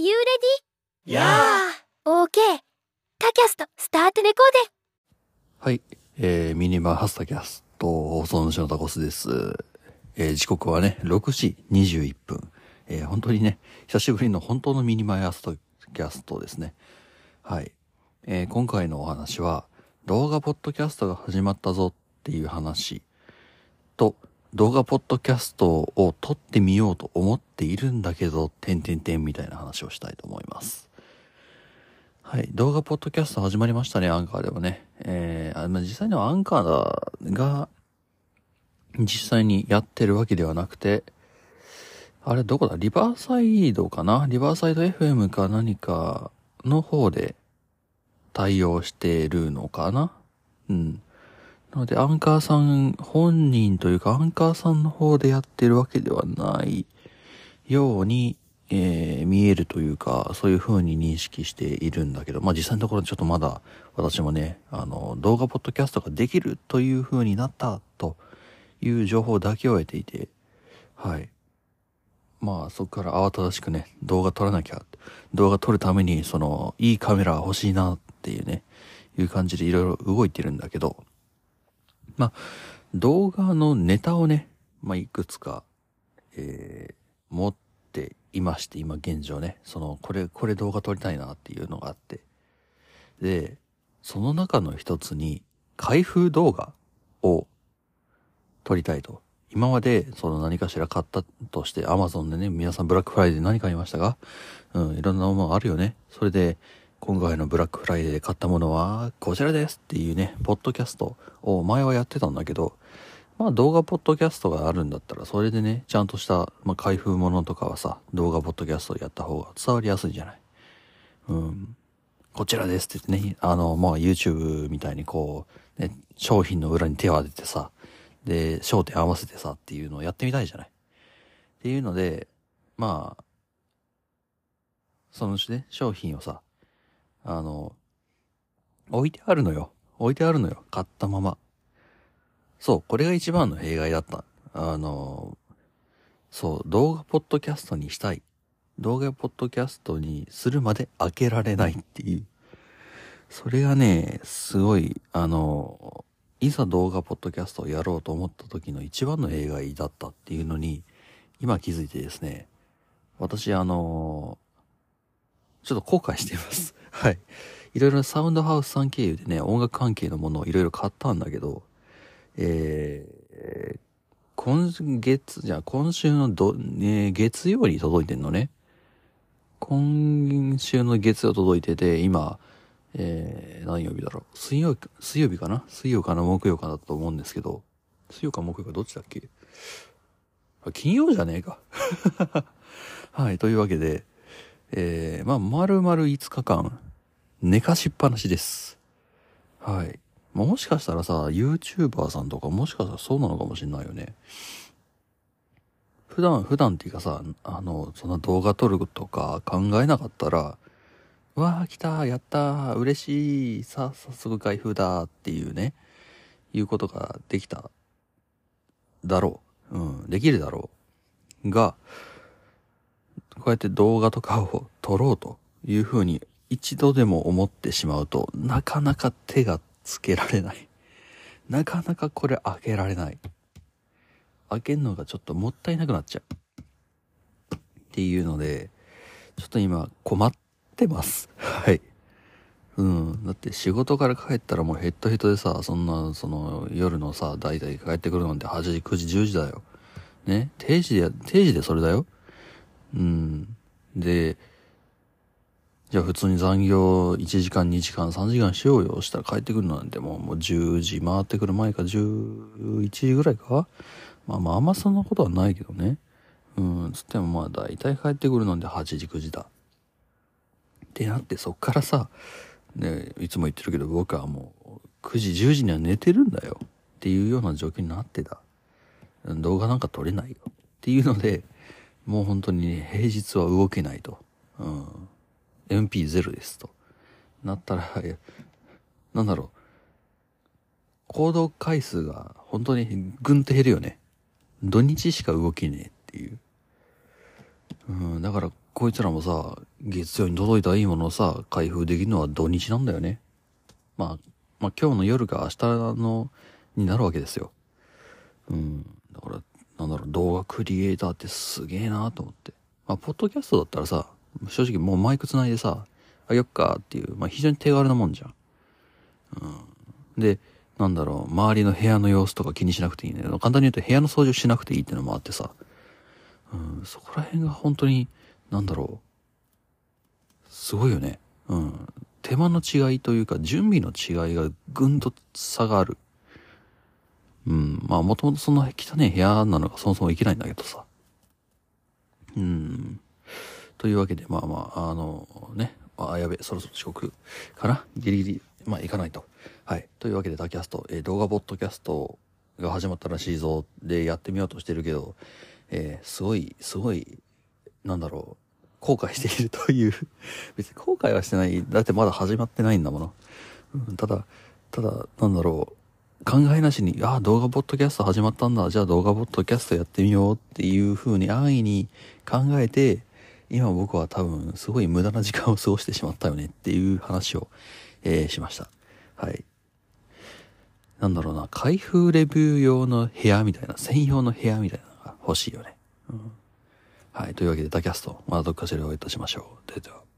you ready? やー OK タキャストスタートレコーはい、ミニマハスタキャスト放送主のタコスです。時刻はね、6時21分。本当にね、久しぶりの本当のミニマハスタキャストですね。はい。今回のお話は、動画ポッドキャストが始まったぞっていう話と、動画ポッドキャストを撮ってみようと思っているんだけど、みたいな話をしたいと思います。はい。動画ポッドキャスト始まりましたね、アンカーでもね。実際にはアンカーが実際にやってるわけではなくて、あれどこだ？リバーサイドかな？リバーサイド FM か何かの方で対応してるのかな？うん。なので、アンカーさん本人というか、アンカーさんの方でやってるわけではないように、見えるというか、そういう風に認識しているんだけど、まあ実際のところちょっとまだ私もね、動画ポッドキャストができるという風になったという情報だけを得ていて、はい。まあそこから慌ただしくね、動画撮らなきゃ、動画撮るためにいいカメラ欲しいなっていうね、いう感じでいろいろ動いてるんだけど、まあ動画のネタをね、まあいくつか、持っていまして、今現状ね、これ動画撮りたいなっていうのがあって。で、その中の一つに、開封動画を撮りたいと。今まで、何かしら買ったとして、Amazon でね、皆さんブラックフライデーで何買いましたか？いろんなものあるよね。それで、今回のブラックフライデーで買ったものは、こちらですっていうね、ポッドキャストを前はやってたんだけど、まあ動画ポッドキャストがあるんだったら、それでね、ちゃんとした、まあ開封ものとかはさ、動画ポッドキャストをやった方が伝わりやすいじゃない。こちらですって言ってね、まあ YouTube みたいにね、商品の裏に手を当ててさ、で、焦点合わせてさっていうのをやってみたいじゃない。っていうので、まあ、そのうちね、商品をさ、置いてあるのよ。買ったまま。そう、これが一番の弊害だった。そう、動画ポッドキャストにしたい。動画ポッドキャストにするまで開けられないっていう。それがね、すごい、いざ動画ポッドキャストをやろうと思った時の一番の弊害だったっていうのに、今気づいてですね、私ちょっと後悔しています。はい。いろいろサウンドハウスさん経由でね、音楽関係のものをいろいろ買ったんだけど、今週の月曜に届いてんのね。今週の月曜届いてて、今、何曜日だろう。水曜日かな木曜かだと思うんですけど、水曜か木曜かどっちだっけ？金曜じゃねえか。はい、というわけで、まあ、丸々5日間、寝かしっぱなしです。はい。もしかしたらさ、YouTuber さんとかもしかしたらそうなのかもしれないよね。普段っていうかさ、そんな動画撮るとか考えなかったら、うわー来たー、やったー、嬉しい、さあ早速開封だーっていうね、いうことができただろう。できるだろう。が、こうやって動画とかを撮ろうというふうに一度でも思ってしまうと、なかなか手がつけられない。なかなかこれ開けられない。開けるのがちょっともったいなくなっちゃう。っていうので、ちょっと今困ってます。はい。だって仕事から帰ったらもうヘッドヘッドでさ、夜のさ、だいたい帰ってくるのって8時、9時、10時だよ。ね。定時でそれだよ。で、じゃあ普通に残業1時間、2時間、3時間しようよしたら帰ってくるのなんてもう10時回ってくる前か11時ぐらいか？まああんまそんなことはないけどね。つってもまあ大体帰ってくるので8時、9時だ。ってなってそっからさ、ね、いつも言ってるけど僕はもう9時、10時には寝てるんだよ。っていうような状況になってた。動画なんか撮れないよ。っていうので、もう本当にね、平日は動けないと。MP0 ですと。なったら、なんだろう。行動回数が本当にぐんと減るよね。土日しか動けねえっていう。だからこいつらもさ、月曜に届いたいいものをさ、開封できるのは土日なんだよね。まあ今日の夜が明日になるわけですよ。だから、なんだろう、動画クリエイターってすげえなと思って。ポッドキャストだったらさ、正直もうマイクつないでさ、よっかっていう、非常に手軽なもんじゃん。で、なんだろう、周りの部屋の様子とか気にしなくていいね。簡単に言うと部屋の掃除をしなくていいっていうのもあってさ、そこら辺が本当に、なんだろう、すごいよね。手間の違いというか、準備の違いがぐんと差がある。もともとそんな汚い部屋なのがそもそもいけないんだけどさ。というわけで、やべ、そろそろ遅刻かなギリギリ、行かないと。はい。というわけで、タキャスト、動画ポッドキャストが始まったらしいぞでやってみようとしてるけど、すごい、なんだろう、後悔しているという別に後悔はしてない。だってまだ始まってないんだもの。ただ、なんだろう、考えなしに、動画ポッドキャスト始まったんだ。じゃあ動画ポッドキャストやってみようっていう風に安易に考えて、今僕は多分すごい無駄な時間を過ごしてしまったよねっていう話を、しました。はい。なんだろうな、開封レビュー用の部屋みたいな、専用の部屋みたいなのが欲しいよね。はい。というわけで、タキャスト、またどっかしらお会いいたしましょう。では。